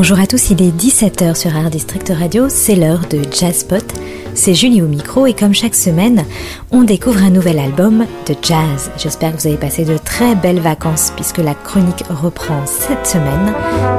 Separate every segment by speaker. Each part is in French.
Speaker 1: Bonjour à tous, il est 17h sur Art District Radio, c'est l'heure de Jazzpot. C'est Julie au micro et comme chaque semaine, on découvre un nouvel album de jazz. J'espère que vous avez passé de très belles vacances puisque la chronique reprend cette semaine.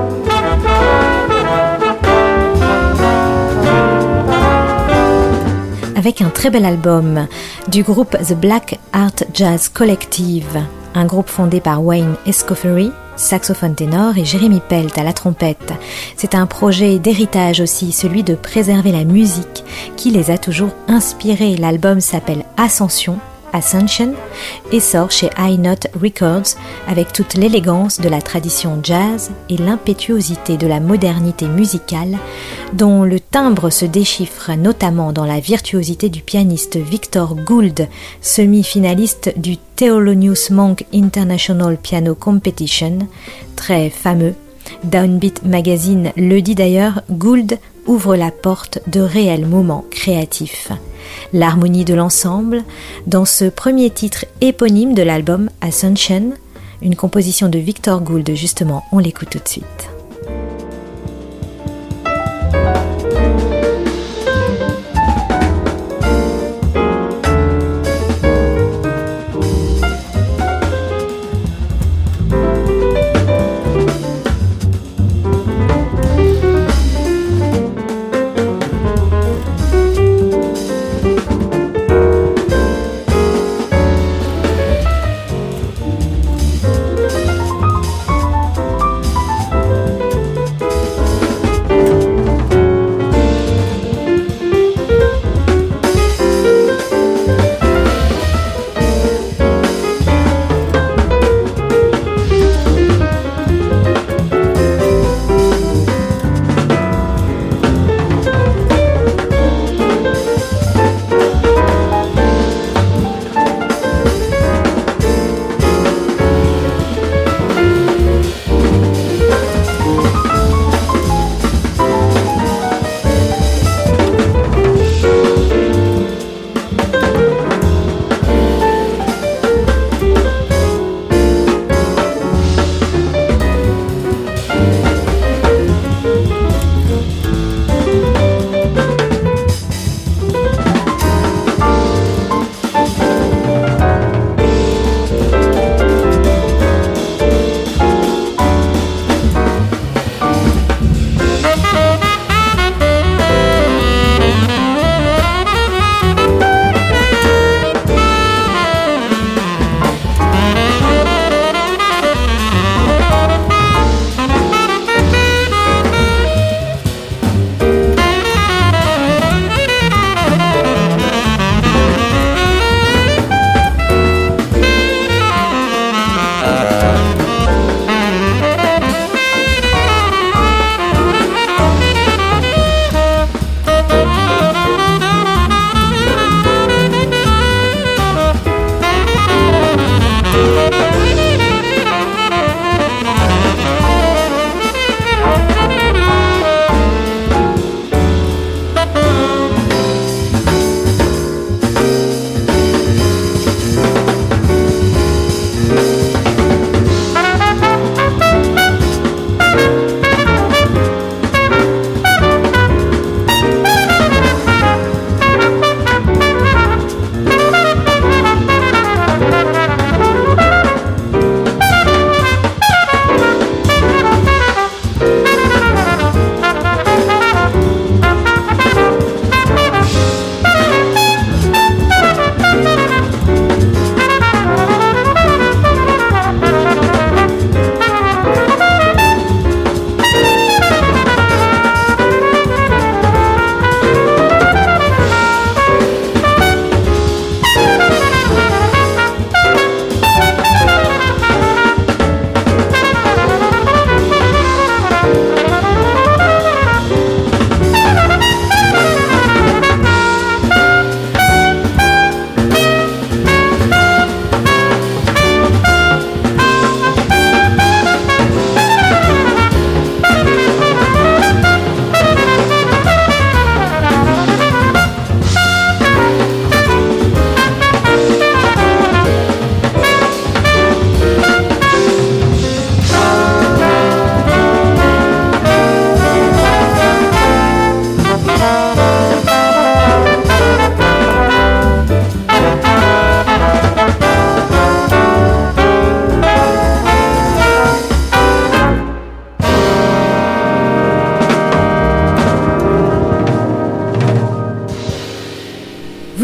Speaker 1: Avec un très bel album du groupe The Black Art Jazz Collective, un groupe fondé par Wayne Escoffery, saxophone ténor, et Jérémy Pelt à la trompette. C'est un projet d'héritage aussi, celui de préserver la musique qui les a toujours inspirés. L'album s'appelle Ascension, et sort chez High Note Records avec toute l'élégance de la tradition jazz et l'impétuosité de la modernité musicale dont le timbre se déchiffre notamment dans la virtuosité du pianiste Victor Gould, semi-finaliste du Thelonious Monk International Piano Competition, très fameux. Downbeat Magazine le dit d'ailleurs, Gould ouvre la porte de réels moments créatifs. L'harmonie de l'ensemble, dans ce premier titre éponyme de l'album Ascension, une composition de Victor Gould justement, on l'écoute tout de suite.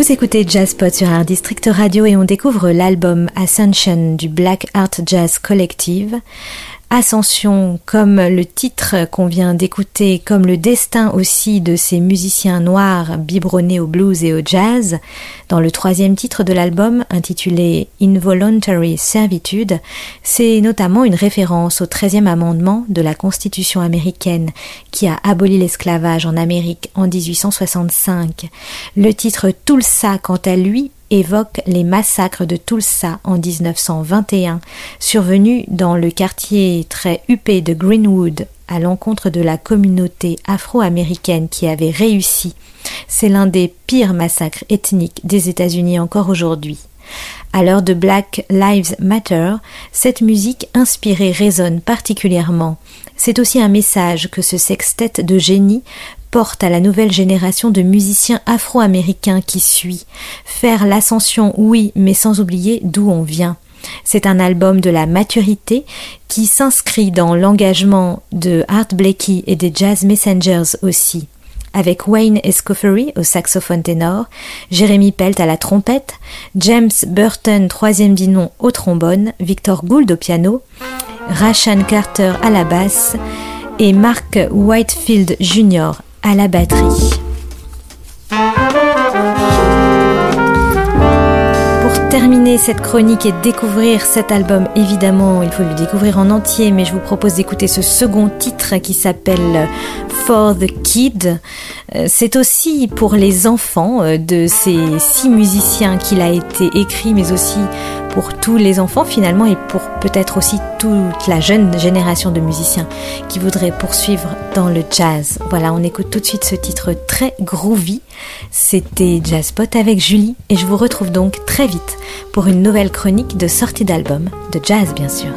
Speaker 1: Vous écoutez Jazzpot sur Art District Radio et on découvre l'album Ascension du Black Art Jazz Collective. Ascension, comme le titre qu'on vient d'écouter, comme le destin aussi de ces musiciens noirs biberonnés au blues et au jazz. Dans le troisième titre de l'album, intitulé Involuntary Servitude, c'est notamment une référence au 13e amendement de la Constitution américaine qui a aboli l'esclavage en Amérique en 1865. Le titre Tulsa, quant à lui, évoque les massacres de Tulsa en 1921, survenus dans le quartier très huppé de Greenwood à l'encontre de la communauté afro-américaine qui avait réussi. C'est l'un des pires massacres ethniques des États-Unis encore aujourd'hui. À l'heure de Black Lives Matter, cette musique inspirée résonne particulièrement. C'est aussi un message que ce sextet de génie porte à la nouvelle génération de musiciens afro-américains qui suit. Faire l'ascension, oui, mais sans oublier d'où on vient. C'est un album de la maturité qui s'inscrit dans l'engagement de Art Blakey et des Jazz Messengers aussi. Avec Wayne Escoffery au saxophone ténor, Jeremy Pelt à la trompette, James Burton, troisième dit nom, au trombone, Victor Gould au piano, Rashan Carter à la basse et Mark Whitefield Jr. à la batterie. Pour terminer cette chronique et découvrir cet album, évidemment, il faut le découvrir en entier, mais je vous propose d'écouter ce second titre qui s'appelle For the Kid. C'est aussi pour les enfants de ces 6 musiciens qu'il a été écrit, mais aussi pour tous les enfants finalement et pour peut-être aussi toute la jeune génération de musiciens qui voudraient poursuivre dans le jazz. Voilà, on écoute tout de suite ce titre très groovy. C'était Jazzpot avec Julie et je vous retrouve donc très vite pour une nouvelle chronique de sortie d'album, de jazz bien sûr.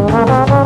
Speaker 2: Thank you.